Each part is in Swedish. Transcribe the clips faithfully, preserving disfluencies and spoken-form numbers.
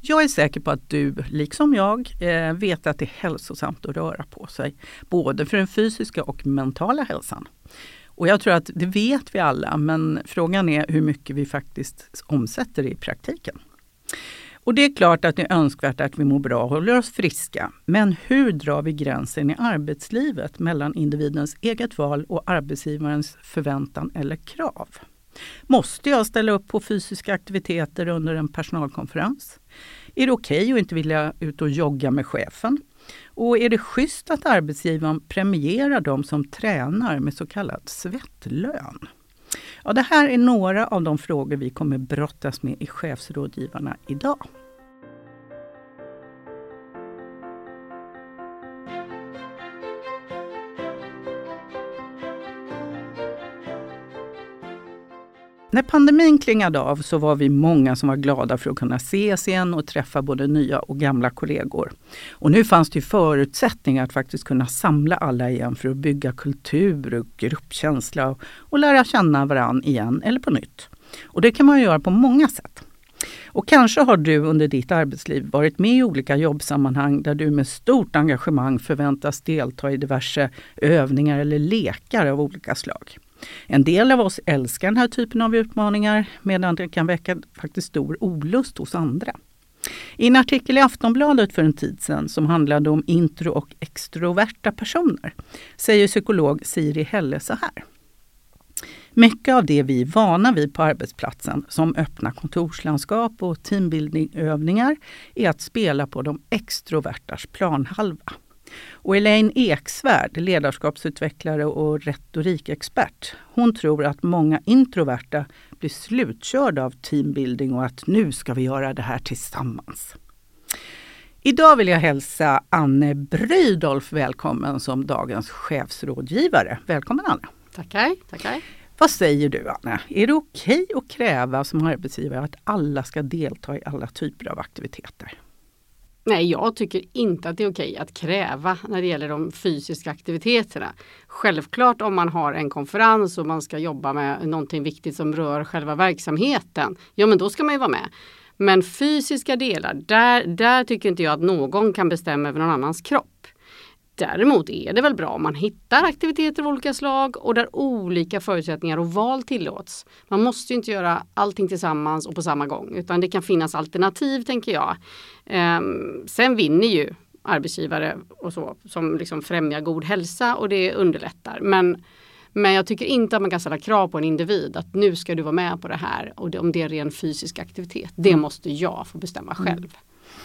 Jag är säker på att du, liksom jag, vet att det är hälsosamt att röra på sig. Både för den fysiska och mentala hälsan. Och jag tror att det vet vi alla, men frågan är hur mycket vi faktiskt omsätter det i praktiken. Och det är klart att det är önskvärt att vi mår bra och håller oss friska. Men hur drar vi gränsen i arbetslivet mellan individens eget val och arbetsgivarens förväntan eller krav? Måste jag ställa upp på fysiska aktiviteter under en personalkonferens? Är det okej att inte vilja ut och jogga med chefen? Och är det schysst att arbetsgivaren premierar de som tränar med så kallad svettlön? Ja, det här är några av de frågor vi kommer brottas med i Chefsrådgivarna idag. När pandemin klingade av så var vi många som var glada för att kunna ses igen och träffa både nya och gamla kollegor. Och nu fanns det ju förutsättningar att faktiskt kunna samla alla igen för att bygga kultur och gruppkänsla och, och lära känna varann igen eller på nytt. Och det kan man göra på många sätt. Och kanske har du under ditt arbetsliv varit med i olika jobbsammanhang där du med stort engagemang förväntas delta i diverse övningar eller lekar av olika slag. En del av oss älskar den här typen av utmaningar medan det kan väcka faktiskt stor olust hos andra. I en artikel i Aftonbladet för en tid sedan som handlade om intro- och extroverta personer säger psykolog Siri Helle så här. Mycket av det vi är vana vid på arbetsplatsen som öppna kontorslandskap och teambuildingövningar är att spela på de extrovertas planhalva. Och Elaine Eksvärd, ledarskapsutvecklare och retorikexpert, hon tror att många introverta blir slutkörda av teambuilding och att nu ska vi göra det här tillsammans. Idag vill jag hälsa Anne Brydolf välkommen som dagens chefsrådgivare. Välkommen Anne. Tackar, tackar. Vad säger du Anne? Är det okej att kräva som arbetsgivare att alla ska delta i alla typer av aktiviteter? Nej, jag tycker inte att det är okej att kräva när det gäller de fysiska aktiviteterna. Självklart om man har en konferens och man ska jobba med någonting viktigt som rör själva verksamheten, ja men då ska man ju vara med. Men fysiska delar, där, där tycker inte jag att någon kan bestämma över någon annans kropp. Däremot är det väl bra om man hittar aktiviteter av olika slag och där olika förutsättningar och val tillåts. Man måste ju inte göra allting tillsammans och på samma gång utan det kan finnas alternativ tänker jag. Ehm, sen vinner ju arbetsgivare och så som liksom främjar god hälsa och det underlättar. Men, men jag tycker inte att man kan ställa krav på en individ att nu ska du vara med på det här och det, om det är ren fysisk aktivitet. Det måste jag få bestämma själv. Mm.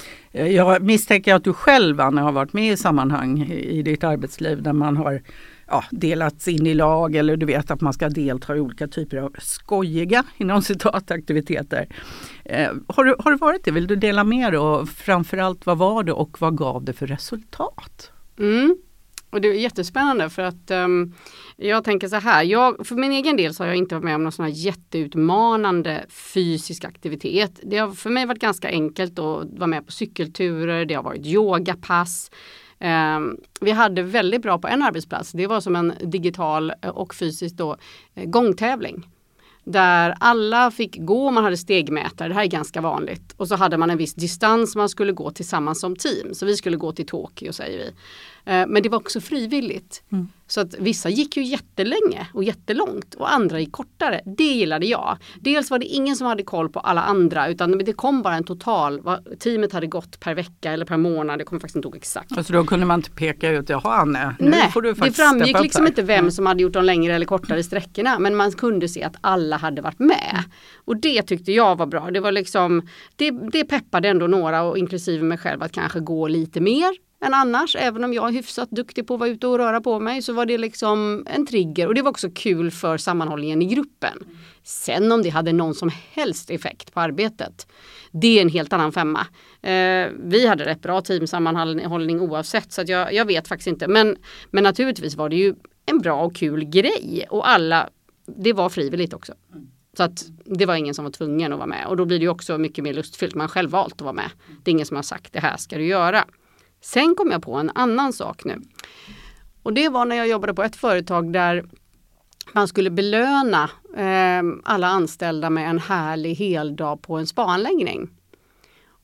Jag misstänker att du själv, Anna, har varit med i sammanhang i ditt arbetsliv där man har ja, delats in i lag eller du vet att man ska delta i olika typer av skojiga inom citataktiviteter. Eh, har, du, har du varit det? Vill du dela mer och framförallt vad var det och vad gav det för resultat? Mm. Och det är jättespännande för att um, jag tänker så här, jag, för min egen del så har jag inte varit med om någon sån här jätteutmanande fysisk aktivitet. Det har för mig varit ganska enkelt att vara med på cykelturer, det har varit yogapass. Um, vi hade väldigt bra på en arbetsplats, det var som en digital och fysisk då, gångtävling. Där alla fick gå, man hade stegmätare, det här är ganska vanligt. Och så hade man en viss distans man skulle gå tillsammans som team. Så vi skulle gå till Tokyo säger vi. Men det var också frivilligt. Mm. Så att vissa gick ju jättelänge och jättelångt och andra gick kortare. Det gillade jag. Dels var det ingen som hade koll på alla andra utan det kom bara en total. Vad teamet hade gått per vecka eller per månad. Det kommer faktiskt inte ihåg exakt. Alltså då kunde man inte peka ut, jaha Anne, nu Nej, får du faktiskt det framgick liksom här. inte vem som hade gjort de längre eller kortare sträckorna. Men man kunde se att alla hade varit med. Och det tyckte jag var bra. Det var liksom, det, det peppade ändå några och inklusive mig själv att kanske gå lite mer än annars. Även om jag är hyfsat duktig på att vara ute och röra på mig så var det liksom en trigger. Och det var också kul för sammanhållningen i gruppen. Sen om det hade någon som helst effekt på arbetet, det är en helt annan femma. Eh, vi hade rätt bra teamsammanhållning oavsett så att jag, jag vet faktiskt inte. Men, men naturligtvis var det ju en bra och kul grej. Och alla, det var frivilligt också. Så att det var ingen som var tvungen att vara med. Och då blir det ju också mycket mer lustfyllt. Man själv valt att vara med. Det är ingen som har sagt det här ska du göra. Sen kom jag på en annan sak nu. Och det var när jag jobbade på ett företag där man skulle belöna eh, alla anställda med en härlig heldag på en spaanläggning.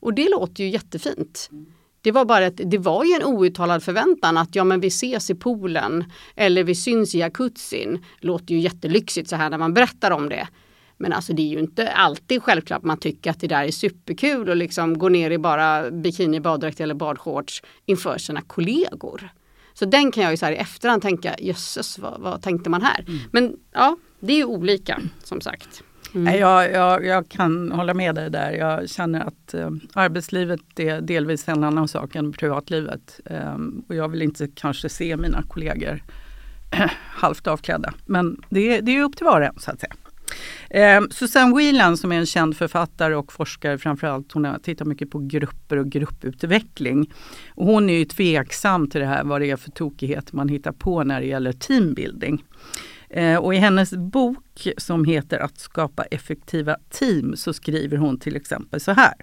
Och det låter ju jättefint. Det var bara ett, det var ju en outtalad förväntan att ja men vi ses i poolen eller vi syns i jacuzzin. Låter ju jättelyxigt så här när man berättar om det. Men alltså det är ju inte alltid självklart man tycker att det där är superkul och liksom gå ner i bara bikini, baddräkt eller badshorts inför sina kollegor. Så den kan jag ju så här i efterhand tänka, jösses vad, vad tänkte man här? Mm. Men ja, det är ju olika som sagt. Mm. Jag, jag, jag kan hålla med dig där. Jag känner att eh, arbetslivet är delvis en annan sak än privatlivet. Eh, och jag vill inte kanske se mina kollegor eh, halvt avklädda. Men det, det är upp till var och en så att säga. Eh, Susanne Whelan som är en känd författare och forskare framförallt, hon har tittat mycket på grupper och grupputveckling. Och hon är ju tveksam till det här, vad det är för tokighet man hittar på när det gäller teambuilding. Eh, och i hennes bok som heter Att skapa effektiva team så skriver hon till exempel så här.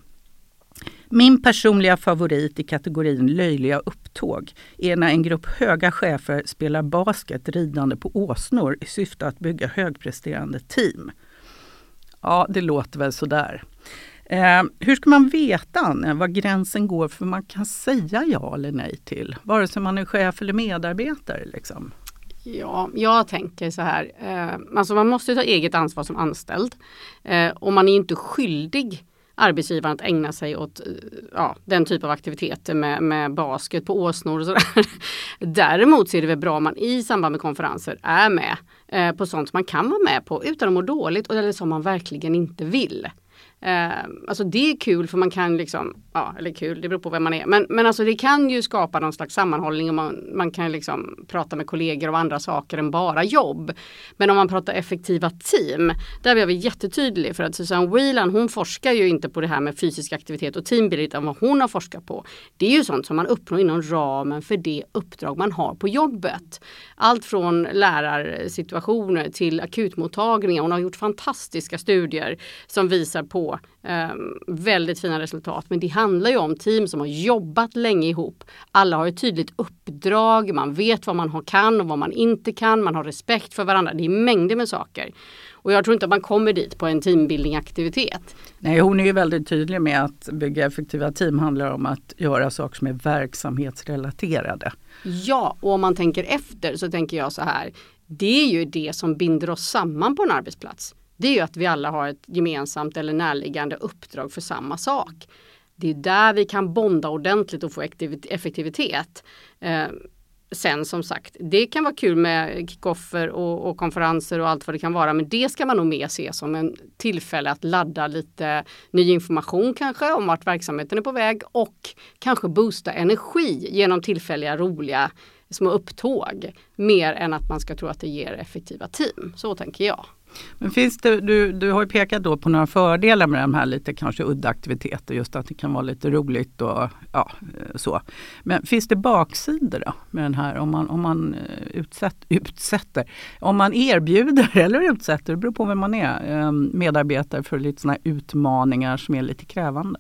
Min personliga favorit i kategorin löjliga upptåg är när en grupp höga chefer spelar basket ridande på åsnor i syfte att bygga högpresterande team. Ja, det låter väl sådär. Eh, hur ska man veta, Anne, vad gränsen går för man kan säga ja eller nej till? Vare sig man är chef eller medarbetare liksom. Ja, jag tänker så här. Eh, alltså man måste ta eget ansvar som anställd. Eh, och man är inte skyldig arbetsgivaren att ägna sig åt ja, den typ av aktiviteter med, med basket på åsnor och sådär. Däremot så är det väl bra om man i samband med konferenser är med eh, på sånt man kan vara med på utan att må dåligt och eller som man verkligen inte vill. Eh, alltså det är kul för man kan liksom, ja eller kul, det beror på vem man är. Men, men alltså det kan ju skapa någon slags sammanhållning och man, man kan liksom prata med kollegor om andra saker än bara jobb. Men om man pratar effektiva team, där är vi jättetydlig för att Susanne Whelan, hon forskar ju inte på det här med fysisk aktivitet och teambuilding utan vad hon har forskat på. Det är ju sånt som man uppnår inom ramen för det uppdrag man har på jobbet. Allt från lärarsituationer till akutmottagningar. Hon har gjort fantastiska studier som visar på Um, väldigt fina resultat, men det handlar ju om team som har jobbat länge ihop. Alla har ett tydligt uppdrag, man vet vad man har kan och vad man inte kan, man har respekt för varandra. Det är mängder med saker. Och jag tror inte att man kommer dit på en teambuilding-aktivitet. Nej, hon är ju väldigt tydlig med att bygga effektiva team handlar om att göra saker som är verksamhetsrelaterade. Ja, och om man tänker efter så tänker jag så här. Det är ju det som binder oss samman på en arbetsplats. Det är ju att vi alla har ett gemensamt eller närliggande uppdrag för samma sak. Det är där vi kan bonda ordentligt och få effektivitet. Eh, sen som sagt, det kan vara kul med kickoffer och, och konferenser och allt vad det kan vara. Men det ska man nog mer se som en tillfälle att ladda lite ny information kanske om vart verksamheten är på väg. Och kanske boosta energi genom tillfälliga roliga små upptåg. Mer än att man ska tro att det ger effektiva team. Så tänker jag. Men finns det, du, du har ju pekat då på några fördelar med de här lite kanske udda aktiviteter, just att det kan vara lite roligt och ja, så. Men finns det baksidor då med den här om man, om man utsätt, utsätter, om man erbjuder eller utsätter, det beror på vem man är, medarbetare för lite sådana här utmaningar som är lite krävande?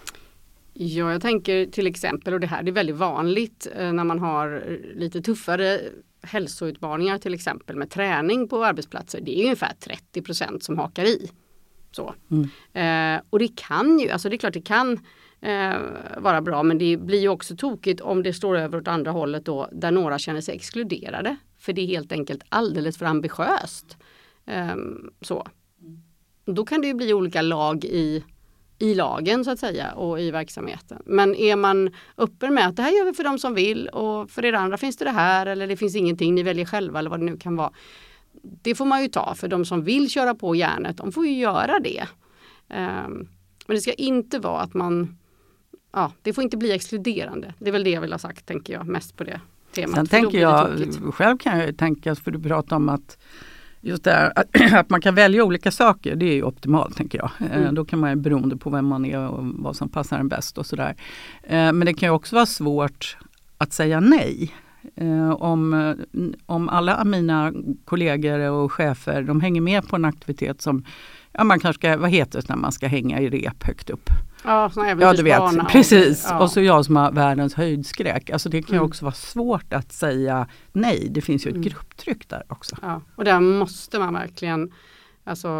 Ja, jag tänker till exempel, och det här det är väldigt vanligt när man har lite tuffare hälsoutmaningar till exempel med träning på arbetsplatser. Det är ungefär trettio procent som hakar i. Så. Mm. Eh, och det kan ju, alltså det är klart det kan eh, vara bra, men det blir ju också tokigt om det står över åt andra hållet då, där några känner sig exkluderade. För det är helt enkelt alldeles för ambitiöst. Eh, så. Då kan det ju bli olika lag i i lagen så att säga och i verksamheten. Men är man öppen med att det här gör vi för de som vill och för er andra finns det det här eller det finns ingenting, ni väljer själva eller vad det nu kan vara. Det får man ju ta för de som vill köra på järnet, de får ju göra det. Um, men det ska inte vara att man, ja, det får inte bli exkluderande. Det är väl det jag vill ha sagt, tänker jag, mest på det temat. Sen tänker jag, själv kan jag tänka, för du pratar om att just det här, att, att man kan välja olika saker, det är ju optimalt tänker jag. Mm. Eh, då kan man ju beroende på vem man är och vad som passar en bäst och sådär. Eh, men det kan ju också vara svårt att säga nej. Eh, om, om alla mina kollegor och chefer, de hänger med på en aktivitet som, ja man kanske ska, vad heter det när man ska hänga i rep högt upp? Ja, ja du vet, precis. Och, ja. och så jag som har världens höjdskräck. Alltså det kan ju mm. också vara svårt att säga nej. Det finns ju ett mm. grupptryck där också. Ja, och där måste man verkligen alltså,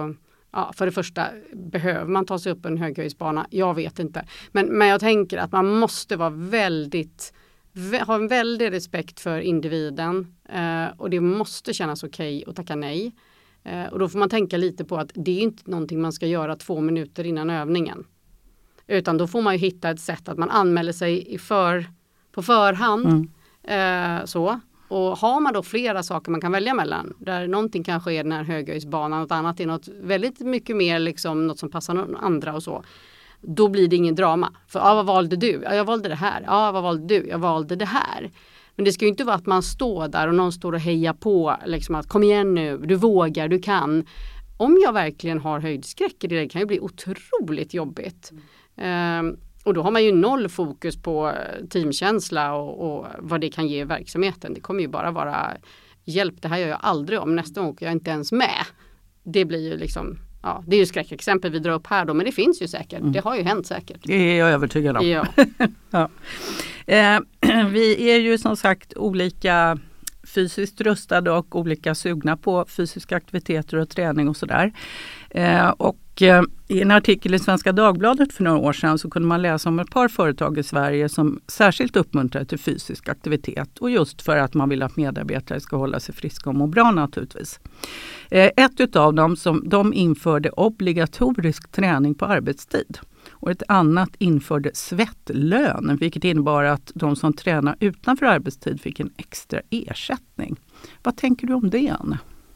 Ja, för det första, behöver man ta sig upp en höghöjdsbana? Jag vet inte. Men, men jag tänker att man måste vara väldigt, vä- ha en väldig respekt för individen. Eh, och det måste kännas okej att tacka nej. Eh, och då får man tänka lite på att det är inte någonting man ska göra två minuter innan övningen. Utan då får man ju hitta ett sätt att man anmäler sig i för, på förhand. Mm. Eh, så. Och har man då flera saker man kan välja mellan, där någonting kanske är den här höghöjdsbanan, något annat är något väldigt mycket mer liksom något som passar någon andra och så. Då blir det ingen drama. För ja, vad valde du? Ja, jag valde det här. Ja, vad valde du? Jag valde det här. Men det ska ju inte vara att man står där och någon står och hejar på liksom att kom igen nu, du vågar, du kan. Om jag verkligen har höjdskräck, det kan ju bli otroligt jobbigt. Mm. Um, Och då har man ju noll fokus på teamkänsla och, och vad det kan ge i verksamheten. Det kommer ju bara vara hjälp, det här gör jag aldrig om. Nästa gång åker jag inte ens med. Det blir ju liksom, ja, det är ju skräckexempel vi drar upp här då, men det finns ju säkert. Mm. Det har ju hänt säkert. Det är jag övertygad om. Ja. ja. Eh, vi är ju som sagt olika fysiskt rustade och olika sugna på fysiska aktiviteter och träning och sådär. Eh, och eh, i en artikel i Svenska Dagbladet för några år sedan så kunde man läsa om ett par företag i Sverige som särskilt uppmuntrar till fysisk aktivitet och just för att man vill att medarbetare ska hålla sig friska och må bra naturligtvis. Eh, ett utav dem som de införde obligatorisk träning på arbetstid. Och ett annat införde svettlön, vilket innebar att de som tränar utanför arbetstid fick en extra ersättning. Vad tänker du om det, Anne?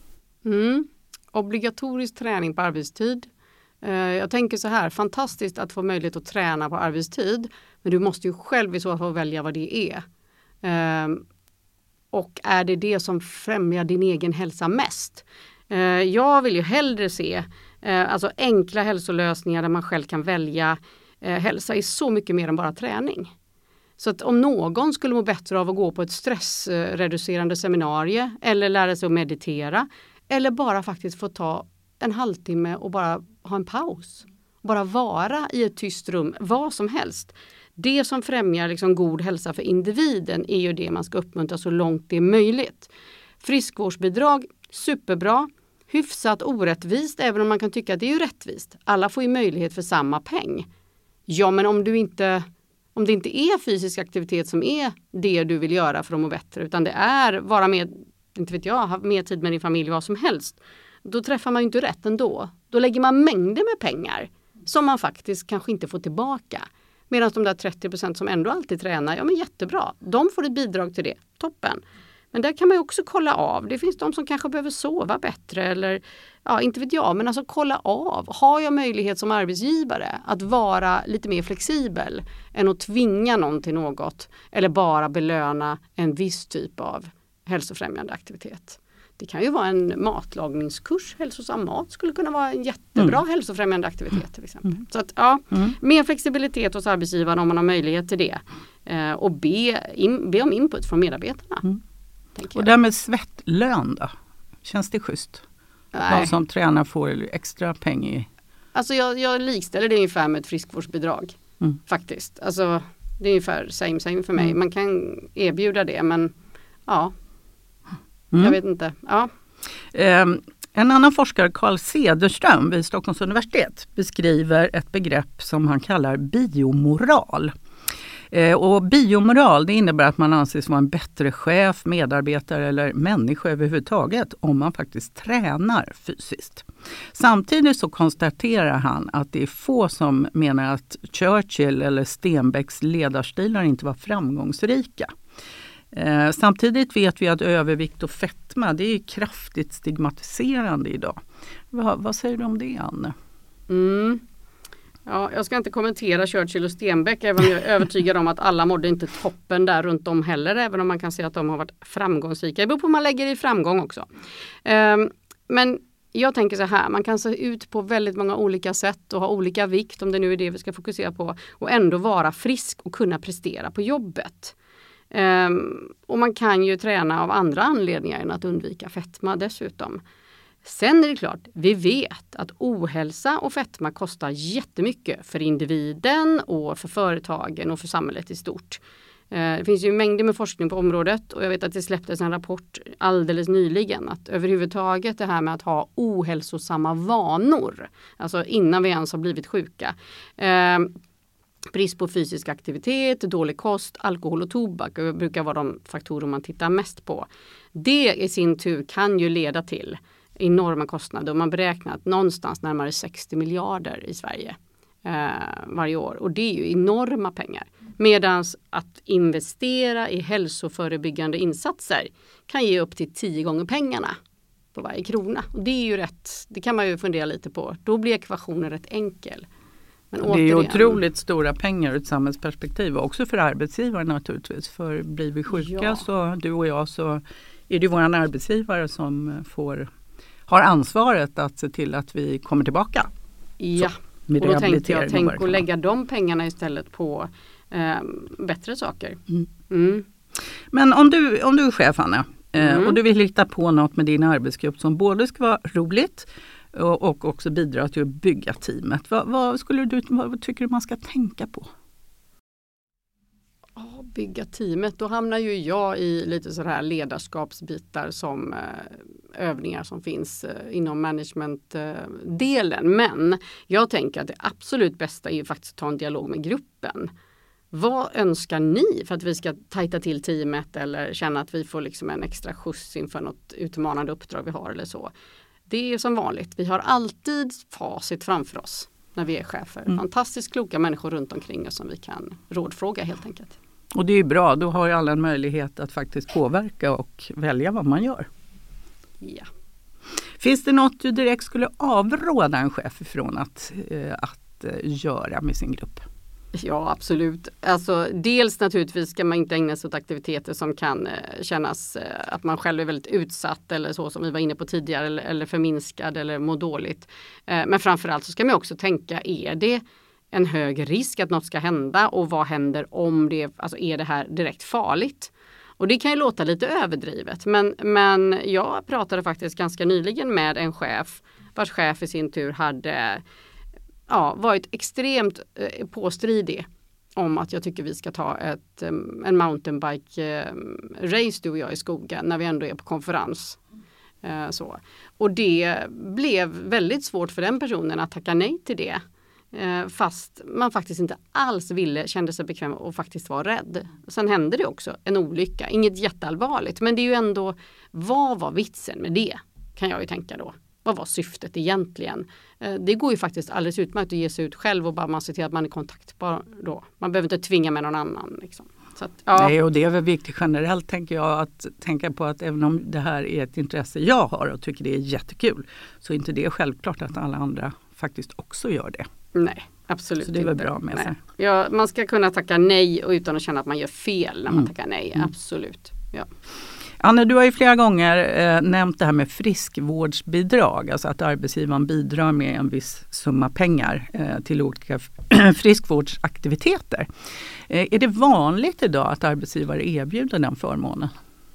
Mm. Obligatorisk träning på arbetstid. Eh, jag tänker så här, fantastiskt att få möjlighet att träna på arbetstid. Men du måste ju själv i så fall välja vad det är. Eh, och är det det som främjar din egen hälsa mest? Eh, jag vill ju hellre se Eh, alltså enkla hälsolösningar där man själv kan välja. Eh, hälsa är så mycket mer än bara träning. Så att om någon skulle må bättre av att gå på ett stressreducerande seminarie eller lära sig att meditera eller bara faktiskt få ta en halvtimme och bara ha en paus. Bara vara i ett tyst rum, vad som helst. Det som främjar liksom god hälsa för individen är ju det man ska uppmuntra så långt det är möjligt. Friskvårdsbidrag, superbra. Hyfsat orättvist, även om man kan tycka att det är ju rättvist. Alla får ju möjlighet för samma peng. Ja, men om du inte, om det inte är fysisk aktivitet som är det du vill göra för att må bättre, utan det är vara med, inte vet jag, ha mer tid med din familj, vad som helst. Då träffar man ju inte rätt ändå. Då lägger man mängder med pengar som man faktiskt kanske inte får tillbaka. Medan de där trettio procent som ändå alltid tränar, ja men jättebra. De får ett bidrag till det, toppen. Men där kan man ju också kolla av. Det finns de som kanske behöver sova bättre eller, ja inte vet jag, men alltså kolla av. Har jag möjlighet som arbetsgivare att vara lite mer flexibel än att tvinga någon till något eller bara belöna en viss typ av hälsofrämjande aktivitet? Det kan ju vara en matlagningskurs, hälsosam mat skulle kunna vara en jättebra mm. hälsofrämjande aktivitet till exempel. Mm. Så att ja, mm. mer flexibilitet hos arbetsgivaren om man har möjlighet till det. Eh, och be, in, be om input från medarbetarna. Mm. Och det med svettlön då? Känns det schysst? Nej. De som tränar får extra pengar. Alltså jag, jag likställer det ungefär med ett friskvårdsbidrag. Mm. Faktiskt. Alltså det är ungefär same same för mig. Mm. Man kan erbjuda det men ja. Mm. Jag vet inte. Ja. Um, en annan forskare, Carl Cederström vid Stockholms universitet, beskriver ett begrepp som han kallar biomoral. Och biomoral, det innebär att man anses vara en bättre chef, medarbetare eller människa överhuvudtaget om man faktiskt tränar fysiskt. Samtidigt så konstaterar han att det är få som menar att Churchill eller Stenbecks ledarstilar inte var framgångsrika. Eh, samtidigt vet vi att övervikt och fetma, det är kraftigt stigmatiserande idag. Va, vad säger du om det, Anne? Mm. Ja, jag ska inte kommentera Churchill och Stenbeck, även om jag är övertygad om att alla mådde inte toppen där runt om heller, även om man kan se att de har varit framgångsrika. Det beror på om man lägger i framgång också. Um, men jag tänker så här, man kan se ut på väldigt många olika sätt och ha olika vikt, om det nu är det vi ska fokusera på, och ändå vara frisk och kunna prestera på jobbet. Um, och man kan ju träna av andra anledningar än att undvika fetma dessutom. Sen är det klart, vi vet att ohälsa och fetma kostar jättemycket för individen och för företagen och för samhället i stort. Det finns ju mängder med forskning på området och jag vet att det släpptes en rapport alldeles nyligen att överhuvudtaget det här med att ha ohälsosamma vanor, alltså innan vi ens har blivit sjuka. Eh, brist på fysisk aktivitet, dålig kost, alkohol och tobak brukar vara de faktorer man tittar mest på. Det i sin tur kan ju leda till enorma kostnader och man beräknar att någonstans närmare sextio miljarder i Sverige eh, varje år. Och det är ju enorma pengar. Medan att investera i hälsoförebyggande insatser kan ge upp till tio gånger pengarna på varje krona. Och det är ju rätt, det kan man ju fundera lite på. Då blir ekvationen rätt enkel. Men det är ju otroligt stora pengar ur ett samhällsperspektiv och också för arbetsgivare naturligtvis. För blir vi sjuka ja. så du och jag så är det vår arbetsgivare som får, har ansvaret att se till att vi kommer tillbaka. Ja, så, och då tänkte jag tänk att lägga de pengarna istället på eh, bättre saker. Mm. Mm. Men om du, om du är chef, Anna, eh, mm. och du vill hitta på något med din arbetsgrupp som både ska vara roligt och, och också bidra till att bygga teamet. Vad, vad, skulle du, vad tycker du man ska tänka på? Oh, bygga teamet, då hamnar ju jag i lite så här ledarskapsbitar som eh, övningar som finns eh, inom managementdelen. Eh, Men jag tänker att det absolut bästa är ju faktiskt att ta en dialog med gruppen. Vad önskar ni för att vi ska tajta till teamet eller känna att vi får liksom en extra skjuts inför något utmanande uppdrag vi har eller så? Det är som vanligt. Vi har alltid facit framför oss när vi är chefer. Mm. Fantastiskt kloka människor runt omkring oss som vi kan rådfråga helt enkelt. Och det är bra, då har ju alla en möjlighet att faktiskt påverka och välja vad man gör. Ja. Finns det något du direkt skulle avråda en chef ifrån att, eh, att eh, göra med sin grupp? Ja, absolut. Alltså, dels naturligtvis ska man inte ägna sig åt aktiviteter som kan eh, kännas eh, att man själv är väldigt utsatt eller så som vi var inne på tidigare eller, eller förminskad eller mår dåligt. Eh, men framförallt så ska man också tänka, är det en hög risk att något ska hända och vad händer om det, alltså är det här direkt farligt? Och det kan ju låta lite överdrivet, men, men jag pratade faktiskt ganska nyligen med en chef vars chef i sin tur hade ja, varit extremt eh, påstridig om att jag tycker vi ska ta ett, um, en mountainbike-race du och jag i skogen när vi ändå är på konferens. Uh, så. Och det blev väldigt svårt för den personen att tacka nej till det. Uh, fast man faktiskt inte alls ville, kände sig bekväm och faktiskt var rädd. Sen hände det också en olycka, inget jätteallvarligt. Men det är ju ändå, vad var vitsen med det? Kan jag ju tänka då. Vad var syftet egentligen? Det går ju faktiskt alldeles utmärkt att ge sig ut själv och bara man ser till att man är kontaktbar då. Man behöver inte tvinga med någon annan. Liksom. Så att, ja. Nej, och det är väl viktigt generellt tänker jag att tänka på att även om det här är ett intresse jag har och tycker det är jättekul så är inte det självklart att alla andra faktiskt också gör det. Nej, absolut så det är väl inte. bra med nej. sig. Ja, man ska kunna tacka nej och utan att känna att man gör fel när man mm. tackar nej. Mm. Absolut, ja. Anna, du har ju flera gånger eh, nämnt det här med friskvårdsbidrag, alltså att arbetsgivaren bidrar med en viss summa pengar eh, till olika friskvårdsaktiviteter. Eh, är det vanligt idag att arbetsgivare erbjuder den förmånen?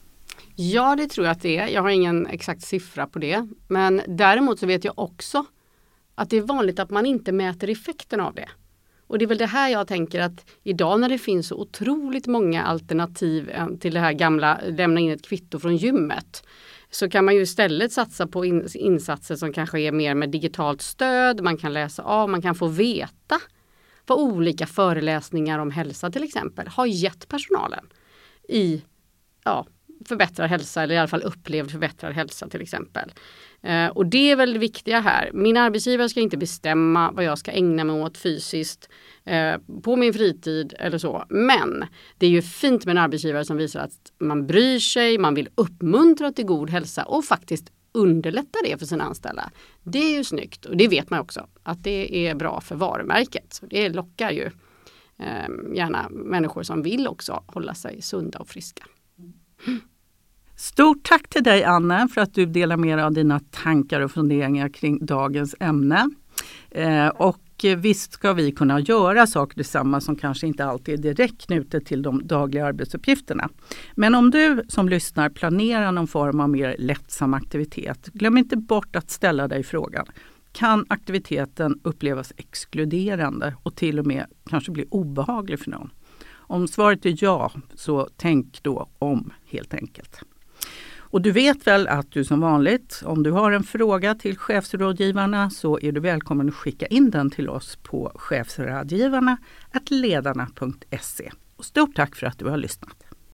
Ja, det tror jag att det är. Jag har ingen exakt siffra på det. Men däremot så vet jag också att det är vanligt att man inte mäter effekten av det. Och det är väl det här jag tänker att idag när det finns så otroligt många alternativ till det här gamla lämna in ett kvitto från gymmet så kan man ju istället satsa på in, insatser som kanske är mer med digitalt stöd. Man kan läsa av, man kan få veta vad olika föreläsningar om hälsa till exempel har gett personalen i ja, förbättrad hälsa eller i alla fall upplevd förbättrad hälsa till exempel. Eh, och det är väl det viktiga här. Min arbetsgivare ska inte bestämma vad jag ska ägna mig åt fysiskt eh, på min fritid eller så. Men det är ju fint med en arbetsgivare som visar att man bryr sig, man vill uppmuntra till god hälsa och faktiskt underlätta det för sina anställda. Det är ju snyggt och det vet man också att det är bra för varumärket. Så det lockar ju eh, gärna människor som vill också hålla sig sunda och friska. Mm. Stort tack till dig, Anna, för att du delar med dig av dina tankar och funderingar kring dagens ämne. Eh, och visst ska vi kunna göra saker tillsammans som kanske inte alltid är direkt knutet till de dagliga arbetsuppgifterna. Men om du som lyssnar planerar någon form av mer lättsam aktivitet, glöm inte bort att ställa dig frågan. Kan aktiviteten upplevas exkluderande och till och med kanske bli obehaglig för någon? Om svaret är ja, så tänk då om helt enkelt. Och du vet väl att du som vanligt, om du har en fråga till chefsrådgivarna så är du välkommen att skicka in den till oss på chefsrådgivarna snabel-a ledarna punkt se. Och stort tack för att du har lyssnat.